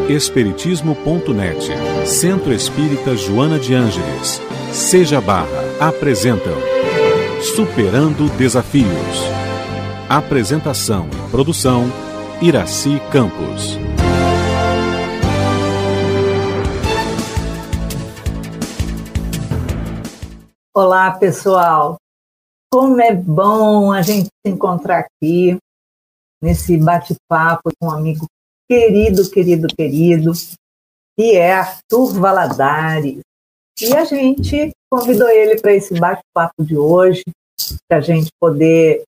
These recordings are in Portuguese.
Espiritismo.net, Centro Espírita Joana de Ângeles, Seja Barra, apresentam Superando Desafios. Apresentação e produção, Iraci Campos. Olá, pessoal. Como é bom a gente se encontrar aqui, nesse bate-papo com um amigo querido, que é Arthur Valadares. E a gente convidou ele para esse bate-papo de hoje, para a gente poder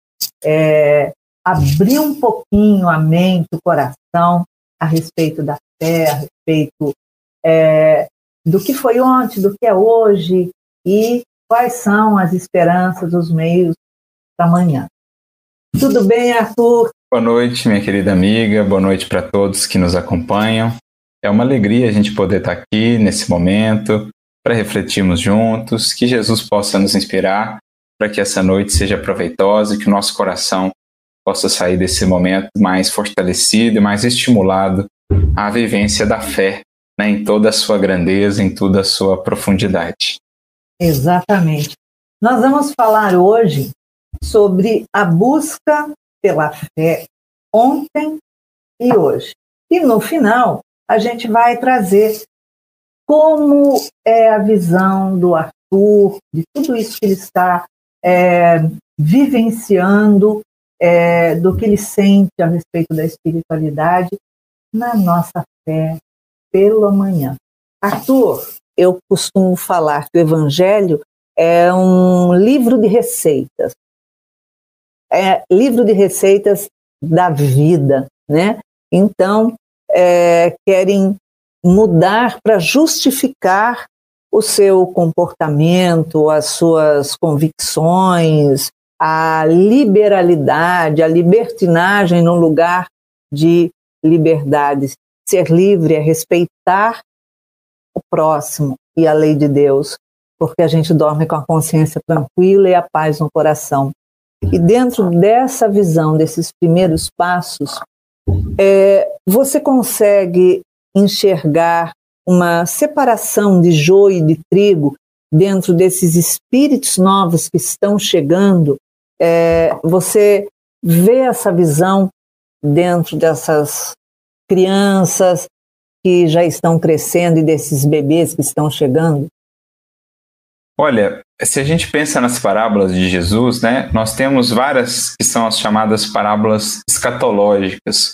abrir um pouquinho a mente, o coração, a respeito da fé, a respeito do que foi ontem, do que é hoje, e quais são as esperanças, os meios da manhã. Tudo bem, Arthur? Boa noite, minha querida amiga. Boa noite para todos que nos acompanham. É uma alegria a gente poder estar aqui nesse momento para refletirmos juntos, que Jesus possa nos inspirar para que essa noite seja proveitosa e que o nosso coração possa sair desse momento mais fortalecido e mais estimulado à vivência da fé, né, em toda a sua grandeza, em toda a sua profundidade. Exatamente. Nós vamos falar hoje sobre a busca pela fé ontem e hoje. E no final, a gente vai trazer como é a visão do Arthur, de tudo isso que ele está vivenciando, do que ele sente a respeito da espiritualidade na nossa fé pelo amanhã. Arthur, eu costumo falar que o Evangelho é um livro de receitas. É livro de receitas da vida, né? Então, querem mudar para justificar o seu comportamento, as suas convicções, a liberalidade, a libertinagem no lugar de liberdade. Ser livre é respeitar o próximo e a lei de Deus, porque a gente dorme com a consciência tranquila e a paz no coração. E dentro dessa visão, desses primeiros passos, você consegue enxergar uma separação de joio e de trigo dentro desses espíritos novos que estão chegando? Você vê essa visão dentro dessas crianças que já estão crescendo e desses bebês que estão chegando? Olha, se a gente pensa nas parábolas de Jesus, né, nós temos várias que são as chamadas parábolas escatológicas.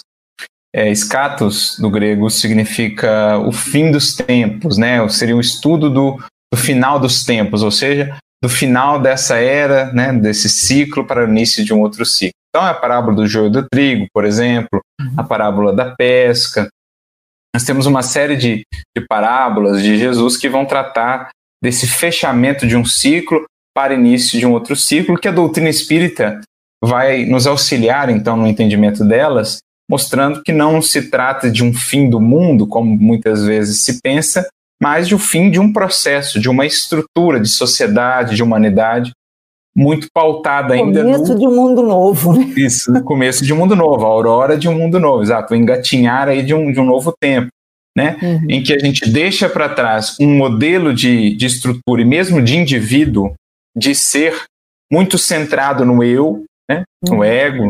Escatos, do grego, significa o fim dos tempos, né? Seria um estudo do final dos tempos, ou seja, do final dessa era, né, desse ciclo para o início de um outro ciclo. Então, é a parábola do joio e do trigo, por exemplo, a parábola da pesca. Nós temos uma série de parábolas de Jesus que vão tratar desse fechamento de um ciclo para início de um outro ciclo, que a doutrina espírita vai nos auxiliar, então, no entendimento delas, mostrando que não se trata de um fim do mundo, como muitas vezes se pensa, mas de um fim de um processo, de uma estrutura de sociedade, de humanidade, muito pautada ainda no começo de um mundo novo, né? Isso, no começo de um mundo novo, a aurora de um mundo novo, exato, o engatinhar aí de um novo tempo, né? Uhum. Em que a gente deixa para trás um modelo de estrutura e mesmo de indivíduo, de ser muito centrado no eu, né? No ego,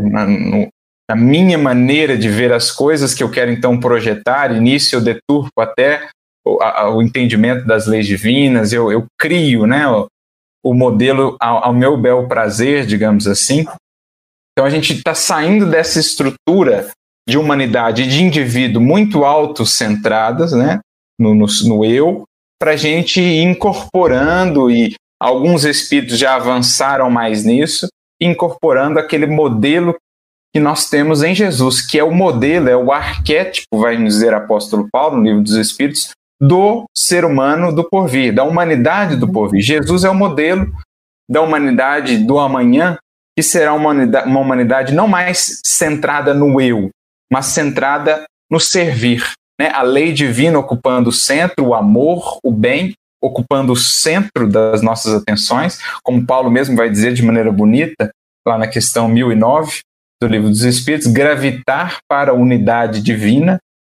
na minha maneira de ver as coisas que eu quero então projetar, e nisso eu deturpo até o entendimento das leis divinas, eu crio, né, o modelo ao meu bel prazer, digamos assim. Então a gente está saindo dessa estrutura de humanidade e de indivíduo muito autocentradas, né, no eu, para a gente ir incorporando, e alguns espíritos já avançaram mais nisso, incorporando aquele modelo que nós temos em Jesus, que é o modelo, é o arquétipo, vai nos dizer o apóstolo Paulo, no livro dos Espíritos, do ser humano do porvir, da humanidade do porvir. Jesus é o modelo da humanidade do amanhã, que será uma humanidade não mais centrada no eu, mas centrada no servir, né? A lei divina ocupando o centro, o amor, o bem, ocupando o centro das nossas atenções, como Paulo mesmo vai dizer de maneira bonita, lá na questão 1009, do Livro dos Espíritos, gravitar para a unidade divina,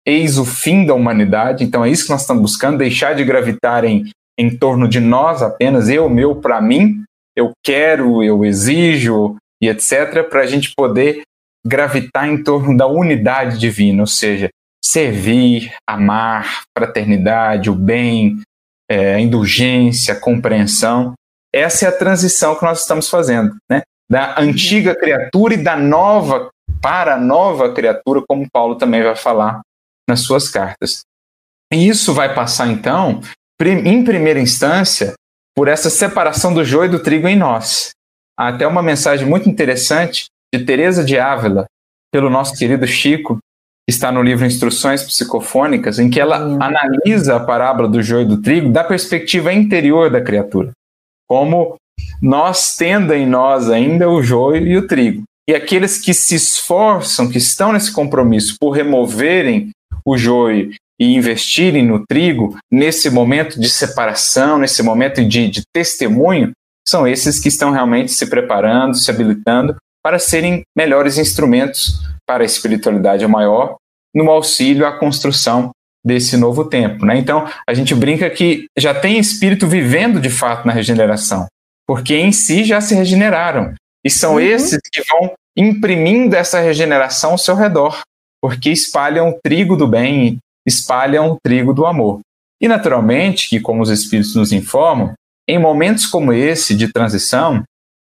eis o fim da humanidade. Então é isso que nós estamos buscando, deixar de gravitar em torno de nós apenas, eu, meu, para mim, eu quero, eu exijo e etc., para a gente poder gravitar em torno da unidade divina, ou seja, servir, amar, fraternidade, o bem, a indulgência, a compreensão. Essa é a transição que nós estamos fazendo, né? Da antiga criatura e da nova para a nova criatura, como Paulo também vai falar nas suas cartas. E isso vai passar, então, em primeira instância, por essa separação do joio e do trigo em nós. Há até uma mensagem muito interessante de Teresa de Ávila, pelo nosso querido Chico, que está no livro Instruções Psicofônicas, em que ela analisa a parábola do joio e do trigo da perspectiva interior da criatura, como nós tendo em nós ainda o joio e o trigo. E aqueles que se esforçam, que estão nesse compromisso por removerem o joio e investirem no trigo, nesse momento de separação, nesse momento de testemunho, são esses que estão realmente se preparando, se habilitando para serem melhores instrumentos para a espiritualidade maior, no auxílio à construção desse novo tempo, né? Então, a gente brinca que já tem espírito vivendo de fato na regeneração, porque em si já se regeneraram. E são esses que vão imprimindo essa regeneração ao seu redor, porque espalham o trigo do bem, espalham o trigo do amor. E, naturalmente, que como os espíritos nos informam, em momentos como esse de transição,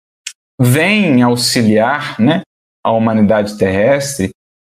vêm auxiliar, né, a humanidade terrestre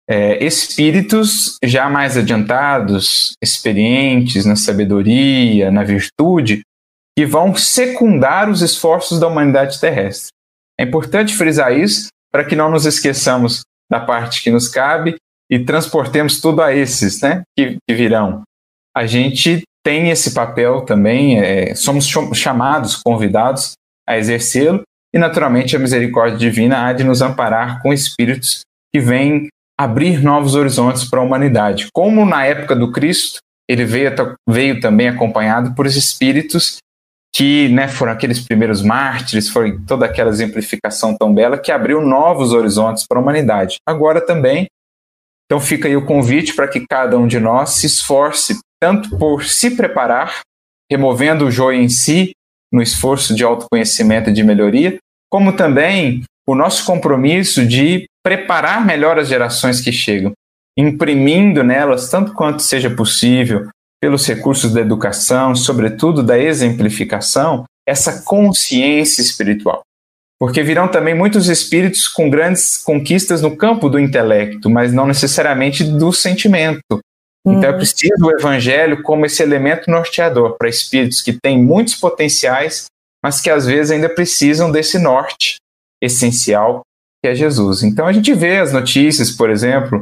espíritos já mais adiantados, experientes na sabedoria, na virtude, que vão secundar os esforços da humanidade terrestre. É importante frisar isso para que não nos esqueçamos da parte que nos cabe e transportemos tudo a esses, né, que virão. A gente tem esse papel também, somos chamados, convidados a exercê-lo, e naturalmente a misericórdia divina há de nos amparar com espíritos que vêm abrir novos horizontes para a humanidade. Como na época do Cristo, ele veio também acompanhado por espíritos que, né, foram aqueles primeiros mártires, foi toda aquela exemplificação tão bela que abriu novos horizontes para a humanidade. Agora também, então fica aí o convite para que cada um de nós se esforce tanto por se preparar, removendo o joio em si, no esforço de autoconhecimento e de melhoria, como também o nosso compromisso de preparar melhor as gerações que chegam, imprimindo nelas, tanto quanto seja possível, pelos recursos da educação, sobretudo da exemplificação, essa consciência espiritual. Porque virão também muitos espíritos com grandes conquistas no campo do intelecto, mas não necessariamente do sentimento. Então é preciso o Evangelho como esse elemento norteador para espíritos que têm muitos potenciais, mas que às vezes ainda precisam desse norte essencial que é Jesus. Então a gente vê as notícias, por exemplo,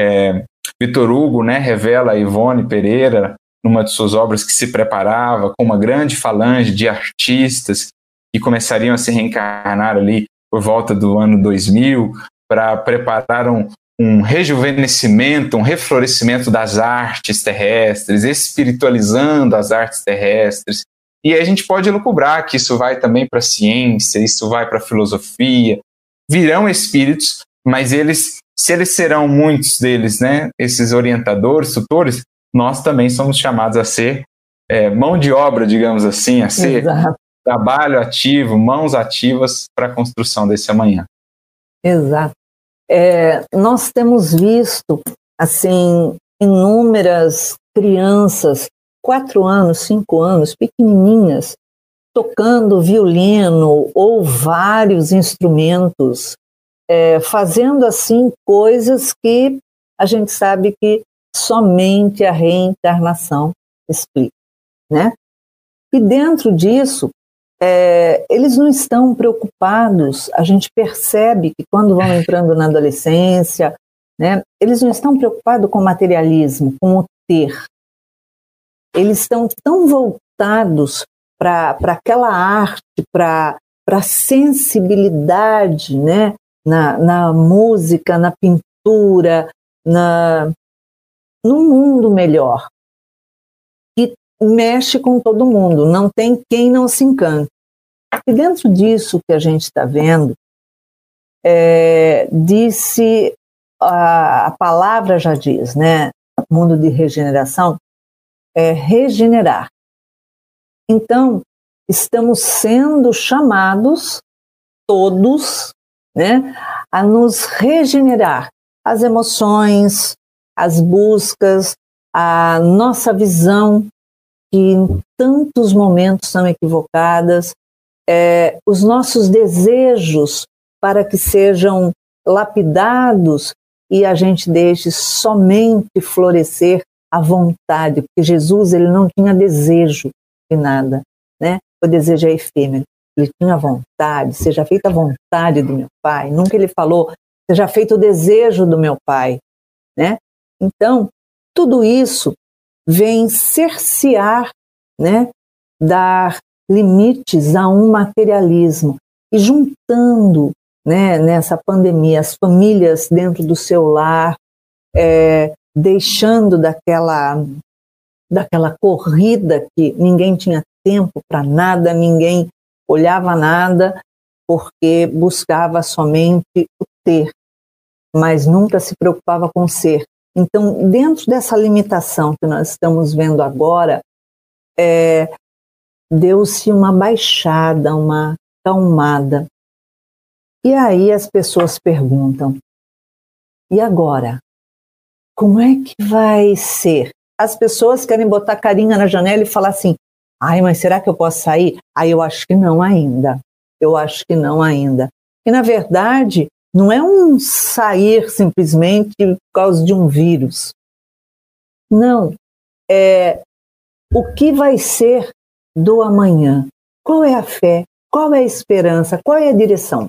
Vitor Hugo, né, revela a Ivone Pereira, numa de suas obras, que se preparava com uma grande falange de artistas que começariam a se reencarnar ali por volta do ano 2000 para preparar um rejuvenescimento, um reflorescimento das artes terrestres, espiritualizando as artes terrestres. E aí a gente pode elucubrar que isso vai também para a ciência, isso vai para a filosofia. Virão espíritos, mas se eles serão muitos deles, né, esses orientadores, tutores, nós também somos chamados a ser mão de obra, digamos assim, a ser trabalho ativo, mãos ativas para a construção desse amanhã. Exato. Nós temos visto, assim, inúmeras crianças, 4 anos, 5 anos, pequenininhas, tocando violino ou vários instrumentos, fazendo, assim, coisas que a gente sabe que somente a reencarnação explica, né? E dentro disso, eles não estão preocupados, a gente percebe que quando vão entrando na adolescência, né, eles não estão preocupados com o materialismo, com o ter. Eles estão tão voltados para aquela arte, para a sensibilidade, né, na música, na pintura, num mundo melhor, que mexe com todo mundo, não tem quem não se encante. E dentro disso que a gente está vendo, disse, a palavra já diz, né? mundo de regeneração, é regenerar. Então, estamos sendo chamados, todos, né, a nos regenerar. As emoções, as buscas, a nossa visão, que em tantos momentos são equivocadas, os nossos desejos para que sejam lapidados e a gente deixe somente florescer a vontade, porque Jesus, ele não tinha desejo de nada, né? O desejo é efêmero. Ele tinha vontade, seja feita a vontade do meu Pai. Nunca ele falou, seja feito o desejo do meu Pai, né? Então, tudo isso vem cercear, né? Dar limites a um materialismo. E juntando, né, nessa pandemia, as famílias dentro do seu lar, deixando daquela corrida que ninguém tinha tempo para nada, ninguém olhava nada, porque buscava somente o ter, mas nunca se preocupava com o ser. Então, dentro dessa limitação que nós estamos vendo agora, deu-se uma baixada, uma acalmada. E aí as pessoas perguntam, e agora? Como é que vai ser? As pessoas querem botar carinha na janela e falar assim, ai, mas será que eu posso sair? Eu acho que não ainda. Eu acho que não ainda. E na verdade, não é um sair simplesmente por causa de um vírus. Não. O que vai ser do amanhã? Qual é a fé? Qual é a esperança? Qual é a direção?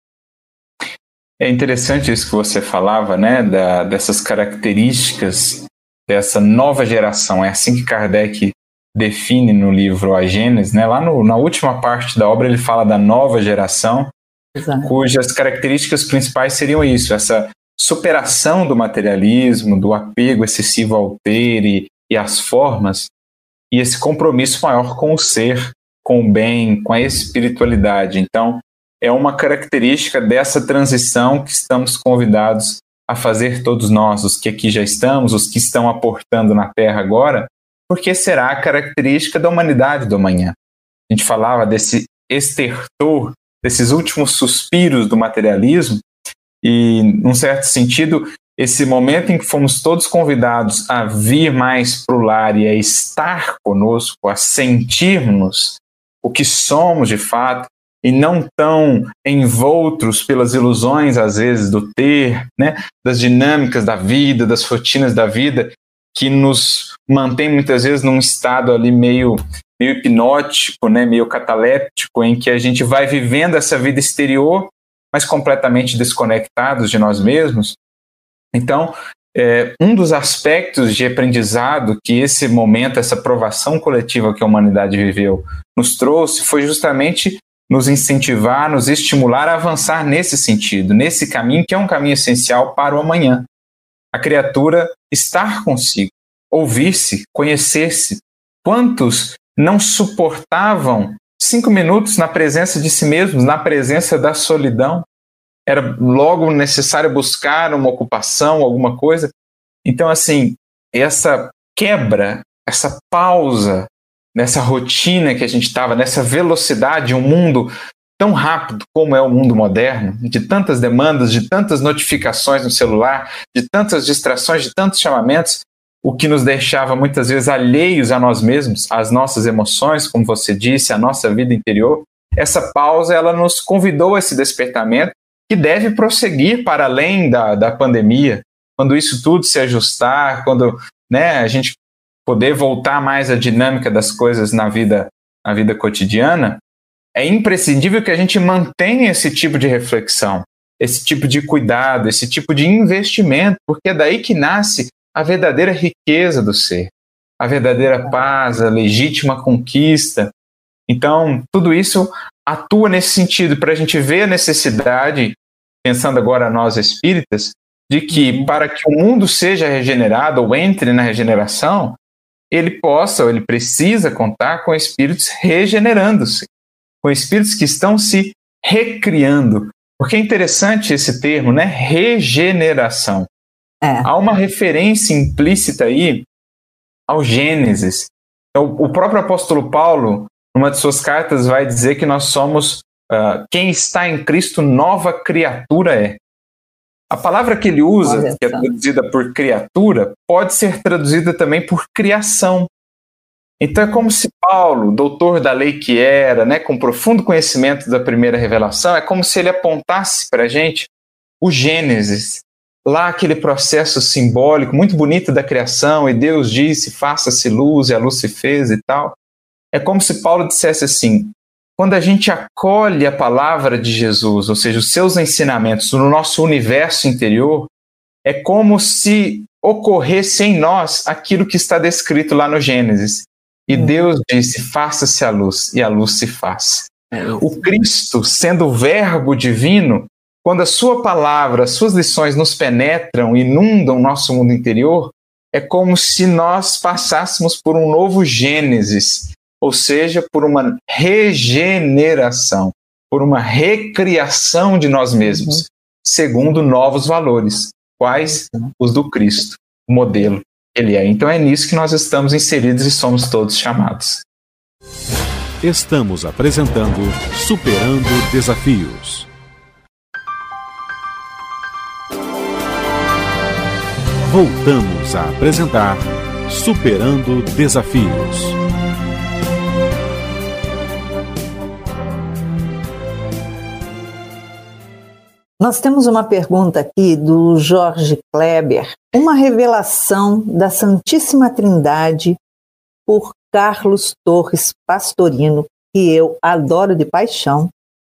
É interessante isso que você falava, né, dessas características dessa nova geração. É assim que Kardec define no livro A Gênese, né? Lá na última parte da obra ele fala da nova geração, exato, cujas características principais seriam isso, essa superação do materialismo, do apego excessivo ao ter e às formas, e esse compromisso maior com o ser, com o bem, com a espiritualidade. Então, é uma característica dessa transição que estamos convidados a fazer todos nós, os que aqui já estamos, os que estão aportando na Terra agora, porque será a característica da humanidade do amanhã. A gente falava desse estertor, desses últimos suspiros do materialismo, e, num certo sentido, esse momento em que fomos todos convidados a vir mais para o lar e a estar conosco, a sentirmos o que somos de fato, e não tão envoltos pelas ilusões, às vezes, do ter, né, das dinâmicas da vida, das rotinas da vida, que nos mantém muitas vezes num estado ali meio hipnótico, né, meio cataléptico, em que a gente vai vivendo essa vida exterior, mas completamente desconectados de nós mesmos. Então, um dos aspectos de aprendizado que esse momento, essa provação coletiva que a humanidade viveu, nos trouxe, foi justamente nos incentivar, nos estimular a avançar nesse sentido, nesse caminho que é um caminho essencial para o amanhã. A criatura estar consigo, ouvir-se, conhecer-se. Quantos não suportavam 5 minutos na presença de si mesmos, na presença da solidão? Era logo necessário buscar uma ocupação, alguma coisa. Então, assim, essa quebra, essa pausa nessa rotina que a gente estava, nessa velocidade, um mundo tão rápido como é o mundo moderno, de tantas demandas, de tantas notificações no celular, de tantas distrações, de tantos chamamentos, o que nos deixava muitas vezes alheios a nós mesmos, às nossas emoções, como você disse, à nossa vida interior. Essa pausa, ela nos convidou a esse despertamento que deve prosseguir para além da pandemia, quando isso tudo se ajustar, quando, né, a gente poder voltar mais à dinâmica das coisas na vida cotidiana. É imprescindível que a gente mantenha esse tipo de reflexão, esse tipo de cuidado, esse tipo de investimento, porque é daí que nasce a verdadeira riqueza do ser, a verdadeira paz, a legítima conquista. Então, tudo isso atua nesse sentido, para a gente ver a necessidade, pensando agora nós espíritas, de que para que o mundo seja regenerado ou entre na regeneração, ele possa ou ele precisa contar com espíritos regenerando-se, com espíritos que estão se recriando. Porque é interessante esse termo, né? Regeneração. Há uma referência implícita aí ao Gênesis. O próprio apóstolo Paulo, numa de suas cartas, vai dizer que nós somos, quem está em Cristo, nova criatura é. A palavra que ele usa, que é traduzida por criatura, pode ser traduzida também por criação. Então é como se Paulo, doutor da lei que era, né, com profundo conhecimento da primeira revelação, é como se ele apontasse para a gente o Gênesis, lá aquele processo simbólico muito bonito da criação, e Deus disse, faça-se luz, e a luz se fez e tal. É como se Paulo dissesse assim, quando a gente acolhe a palavra de Jesus, ou seja, os seus ensinamentos no nosso universo interior, é como se ocorresse em nós aquilo que está descrito lá no Gênesis. E Deus disse, faça-se a luz, e a luz se faz. O Cristo, sendo o verbo divino, quando a sua palavra, as suas lições nos penetram, inundam o nosso mundo interior, é como se nós passássemos por um novo Gênesis, ou seja, por uma regeneração, por uma recriação de nós mesmos, segundo novos valores. Quais? Os do Cristo, o modelo que ele é. Então é nisso que nós estamos inseridos e somos todos chamados. Estamos apresentando Superando Desafios. Voltamos a apresentar Superando Desafios. Nós temos uma pergunta aqui do Jorge Kleber, uma revelação da Santíssima Trindade por Carlos Torres Pastorino, que eu adoro de paixão.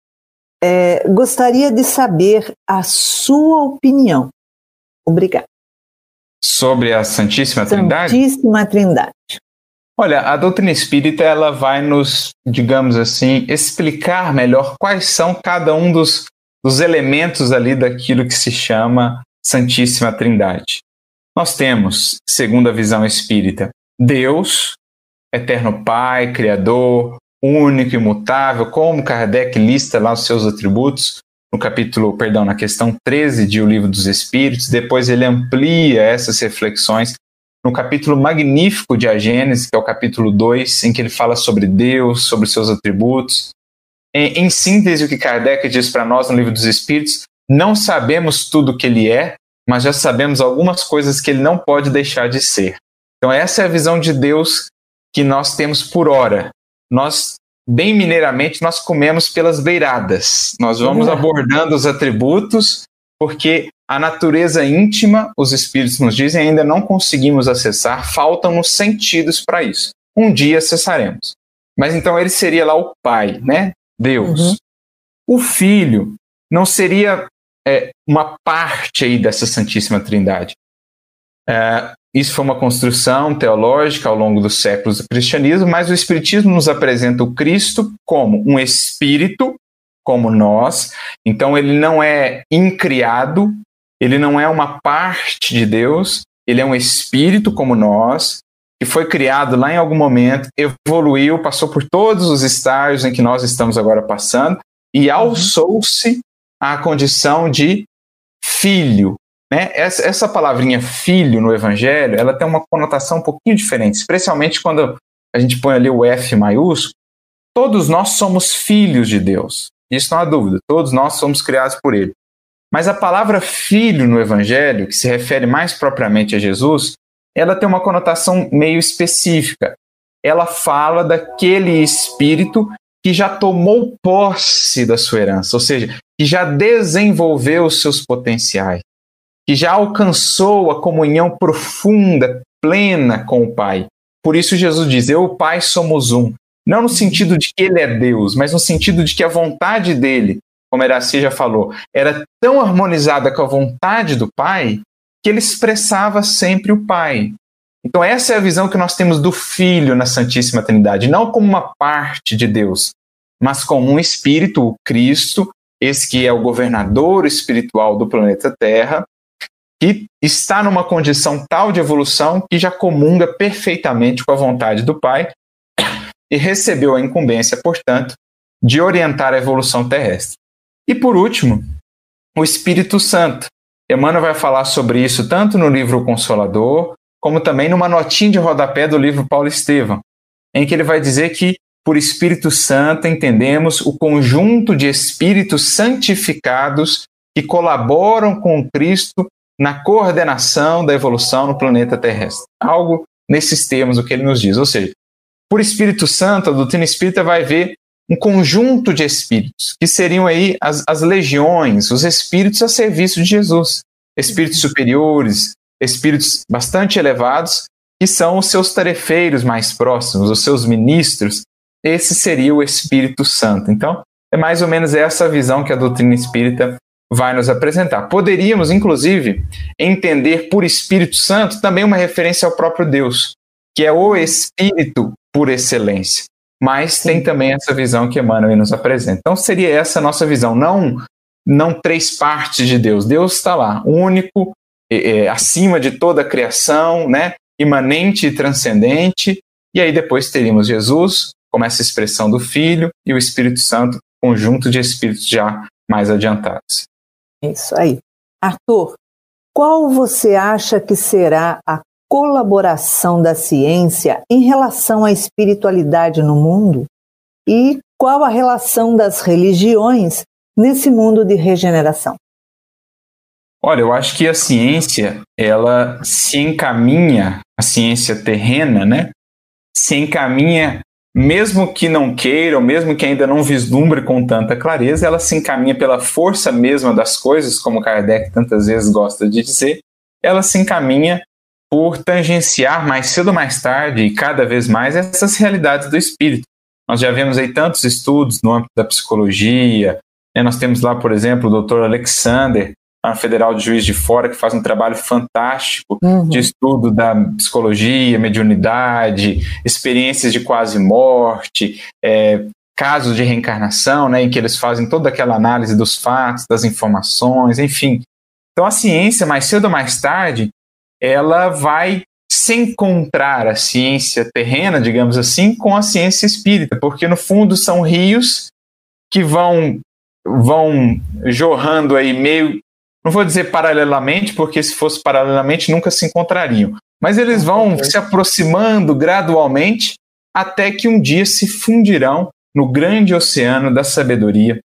Gostaria de saber a sua opinião. Obrigada. Sobre a Santíssima Trindade? Santíssima Trindade. Olha, a doutrina espírita ela vai nos, digamos assim, explicar melhor quais são cada um dos elementos ali daquilo que se chama Santíssima Trindade. Nós temos, segundo a visão espírita, Deus, eterno Pai, Criador, único, imutável, como Kardec lista lá os seus atributos, na questão 13 de O Livro dos Espíritos. Depois ele amplia essas reflexões no capítulo magnífico de A Gênese, que é o capítulo 2, em que ele fala sobre Deus, sobre seus atributos. Em síntese, o que Kardec diz para nós no Livro dos Espíritos, não sabemos tudo o que ele é, mas já sabemos algumas coisas que ele não pode deixar de ser. Então essa é a visão de Deus que nós temos por hora. Nós, bem mineiramente, nós comemos pelas beiradas. Nós vamos abordando os atributos, porque a natureza íntima, os Espíritos nos dizem, ainda não conseguimos acessar, faltam-nos sentidos para isso. Um dia acessaremos. Mas então ele seria lá o Pai, né? Deus. O Filho não seria uma parte aí dessa Santíssima Trindade. Isso foi uma construção teológica ao longo dos séculos do cristianismo, mas o Espiritismo nos apresenta o Cristo como um Espírito, como nós. Então ele não é incriado, ele não é uma parte de Deus, ele é um Espírito como nós, que foi criado lá em algum momento, evoluiu, passou por todos os estágios em que nós estamos agora passando e alçou-se à condição de filho. Né? Essa palavrinha filho no Evangelho, ela tem uma conotação um pouquinho diferente, especialmente quando a gente põe ali o F maiúsculo. Todos nós somos filhos de Deus, isso não há dúvida, todos nós somos criados por Ele. Mas a palavra filho no Evangelho, que se refere mais propriamente a Jesus, ela tem uma conotação meio específica. Ela fala daquele espírito que já tomou posse da sua herança, ou seja, que já desenvolveu os seus potenciais, que já alcançou a comunhão profunda, plena com o Pai. Por isso Jesus diz, eu e o Pai somos um. Não no sentido de que Ele é Deus, mas no sentido de que a vontade dEle, como Iraci já falou, era tão harmonizada com a vontade do Pai, que ele expressava sempre o Pai. Então essa é a visão que nós temos do Filho na Santíssima Trindade, não como uma parte de Deus, mas como um Espírito, o Cristo, esse que é o governador espiritual do planeta Terra, que está numa condição tal de evolução que já comunga perfeitamente com a vontade do Pai e recebeu a incumbência, portanto, de orientar a evolução terrestre. E por último, o Espírito Santo, Emmanuel vai falar sobre isso tanto no livro Consolador, como também numa notinha de rodapé do livro Paulo Estevam, em que ele vai dizer que, por Espírito Santo, entendemos o conjunto de espíritos santificados que colaboram com Cristo na coordenação da evolução no planeta terrestre. Algo nesses termos, o que ele nos diz. Ou seja, por Espírito Santo, a doutrina espírita vai ver um conjunto de espíritos, que seriam aí as legiões, os espíritos a serviço de Jesus. Espíritos superiores, espíritos bastante elevados, que são os seus tarefeiros mais próximos, os seus ministros. Esse seria o Espírito Santo. Então, é mais ou menos essa visão que a doutrina espírita vai nos apresentar. Poderíamos, inclusive, entender por Espírito Santo também uma referência ao próprio Deus, que é o Espírito por excelência. Mas tem também essa visão que Emmanuel nos apresenta. Então, seria essa a nossa visão, não três partes de Deus. Deus está lá, único, acima de toda a criação, né? Imanente e transcendente. E aí depois teríamos Jesus, como essa expressão do Filho, e o Espírito Santo, conjunto de espíritos já mais adiantados. Isso aí. Arthur, qual você acha que será a colaboração da ciência em relação à espiritualidade no mundo? E qual a relação das religiões nesse mundo de regeneração? Olha, eu acho que a ciência, ela se encaminha, a ciência terrena, né? Se encaminha, mesmo que não queira, ou mesmo que ainda não vislumbre com tanta clareza, ela se encaminha pela força mesma das coisas, como Kardec tantas vezes gosta de dizer, ela se encaminha por tangenciar mais cedo ou mais tarde, e cada vez mais, essas realidades do espírito. Nós já vemos aí tantos estudos no âmbito da psicologia, né? Nós temos lá, por exemplo, o Dr. Alexander, na Federal de Juiz de Fora, que faz um trabalho fantástico de estudo da psicologia, mediunidade, experiências de quase morte, casos de reencarnação, né, em que eles fazem toda aquela análise dos fatos, das informações, enfim. Então a ciência, mais cedo ou mais tarde, ela vai se encontrar, a ciência terrena, digamos assim, com a ciência espírita, porque no fundo são rios que vão jorrando aí meio, não vou dizer paralelamente, porque se fosse paralelamente nunca se encontrariam, mas eles vão se aproximando gradualmente até que um dia se fundirão no grande oceano da sabedoria,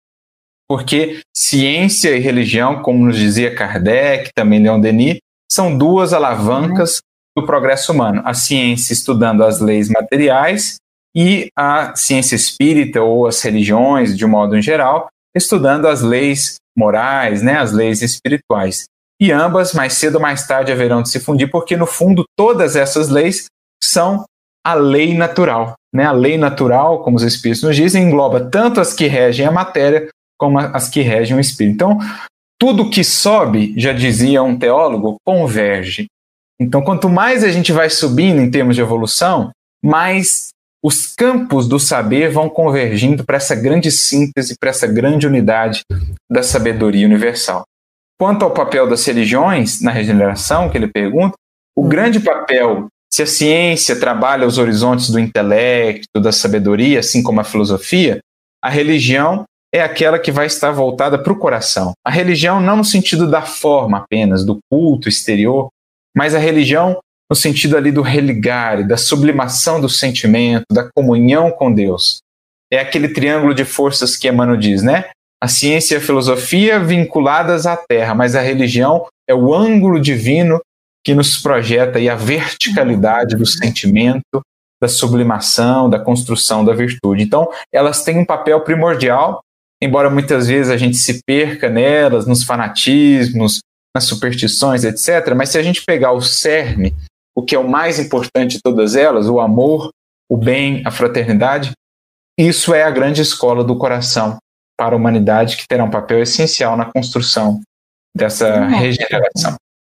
porque ciência e religião, como nos dizia Kardec, também Leon Denis, são duas alavancas do progresso humano. A ciência estudando as leis materiais e a ciência espírita ou as religiões, de um modo em geral, estudando as leis morais, né, as leis espirituais. E ambas, mais cedo ou mais tarde, haverão de se fundir, porque, no fundo, todas essas leis são a lei natural. Né? A lei natural, como os espíritos nos dizem, engloba tanto as que regem a matéria como as que regem o espírito. Então, tudo que sobe, já dizia um teólogo, converge. Então, quanto mais a gente vai subindo em termos de evolução, mais os campos do saber vão convergindo para essa grande síntese, para essa grande unidade da sabedoria universal. Quanto ao papel das religiões na regeneração, que ele pergunta, o grande papel, se a ciência trabalha os horizontes do intelecto, da sabedoria, assim como a filosofia, a religião é aquela que vai estar voltada para o coração. A religião não no sentido da forma apenas, do culto exterior, mas a religião no sentido ali do religar, da sublimação do sentimento, da comunhão com Deus. É aquele triângulo de forças que Emmanuel diz, né? A ciência e a filosofia vinculadas à terra, mas a religião é o ângulo divino que nos projeta aí a verticalidade do sentimento, da sublimação, da construção da virtude. Então, elas têm um papel primordial, embora muitas vezes a gente se perca nelas, nos fanatismos, nas superstições, etc. Mas se a gente pegar o cerne, o que é o mais importante de todas elas, o amor, o bem, a fraternidade, isso é a grande escola do coração para a humanidade, que terá um papel essencial na construção dessa regeneração.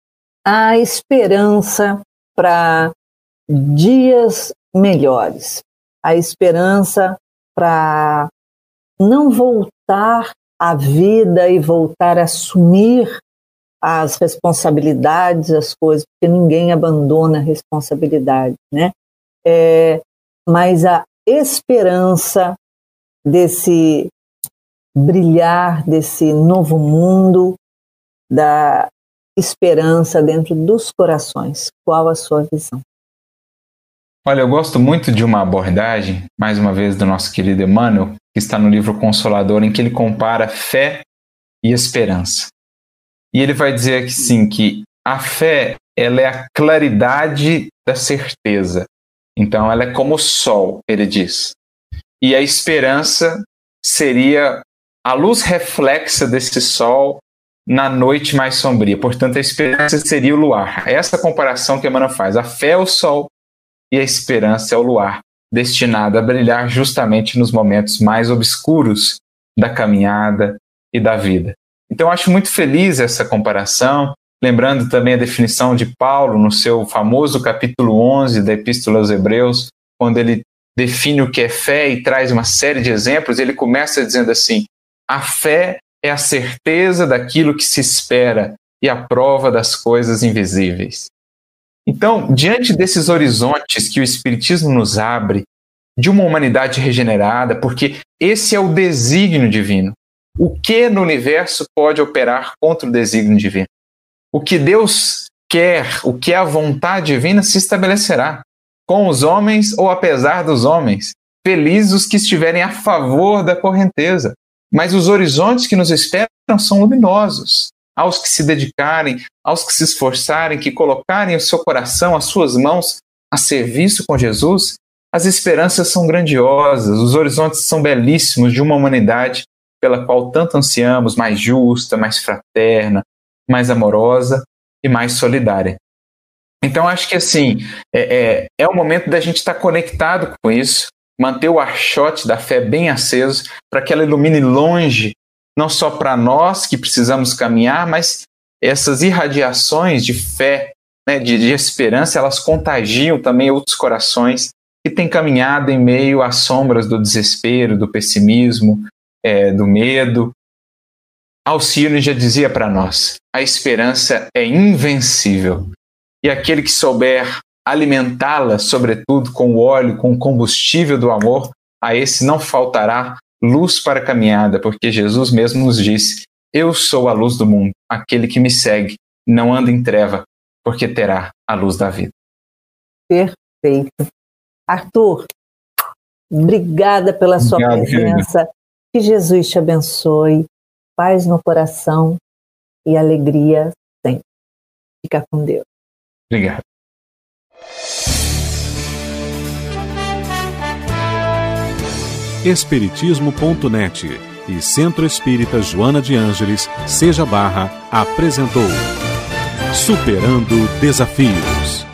A esperança para dias melhores, a esperança para não voltar à vida e voltar a assumir as responsabilidades, as coisas, porque ninguém abandona a responsabilidade, né? Mas a esperança desse brilhar, desse novo mundo, esperança dentro dos corações. Qual a sua visão? Olha, eu gosto muito de uma abordagem, mais uma vez, do nosso querido Emmanuel, que está no livro Consolador, em que ele compara fé e esperança. E ele vai dizer que sim, que a fé, ela é a claridade da certeza. Então, ela é como o sol, ele diz. E a esperança seria a luz reflexa desse sol na noite mais sombria. Portanto, a esperança seria o luar. Essa comparação que Emmanuel faz. A fé é o sol e a esperança é o luar, destinado a brilhar justamente nos momentos mais obscuros da caminhada e da vida. Então, eu acho muito feliz essa comparação, lembrando também a definição de Paulo no seu famoso capítulo 11 da Epístola aos Hebreus, quando ele define o que é fé e traz uma série de exemplos. Ele começa dizendo assim: a fé é a certeza daquilo que se espera e a prova das coisas invisíveis. Então, diante desses horizontes que o Espiritismo nos abre, de uma humanidade regenerada, porque esse é o desígnio divino. O que no universo pode operar contra o desígnio divino? O que Deus quer, o que é a vontade divina, se estabelecerá, com os homens ou apesar dos homens. Felizes os que estiverem a favor da correnteza. Mas os horizontes que nos esperam são luminosos. Aos que se dedicarem, aos que se esforçarem, que colocarem o seu coração, as suas mãos a serviço com Jesus, as esperanças são grandiosas, os horizontes são belíssimos de uma humanidade pela qual tanto ansiamos, mais justa, mais fraterna, mais amorosa e mais solidária. Então, acho que assim, é o momento da gente estar conectado com isso, manter o archote da fé bem aceso, para que ela ilumine longe, não só para nós que precisamos caminhar, mas essas irradiações de fé, né, de esperança, elas contagiam também outros corações que têm caminhado em meio às sombras do desespero, do pessimismo, do medo. Alcione já dizia para nós: a esperança é invencível. E aquele que souber alimentá-la, sobretudo com o óleo, com o combustível do amor, a esse não faltará luz para a caminhada, porque Jesus mesmo nos disse: eu sou a luz do mundo, aquele que me segue não anda em treva, porque terá a luz da vida. Perfeito. Arthur, obrigada pela sua presença, que Jesus te abençoe, paz no coração e alegria sempre. Fica com Deus. Obrigado. Espiritismo.net e Centro Espírita Joana de Ângeles, Seja Barra, apresentou Superando Desafios.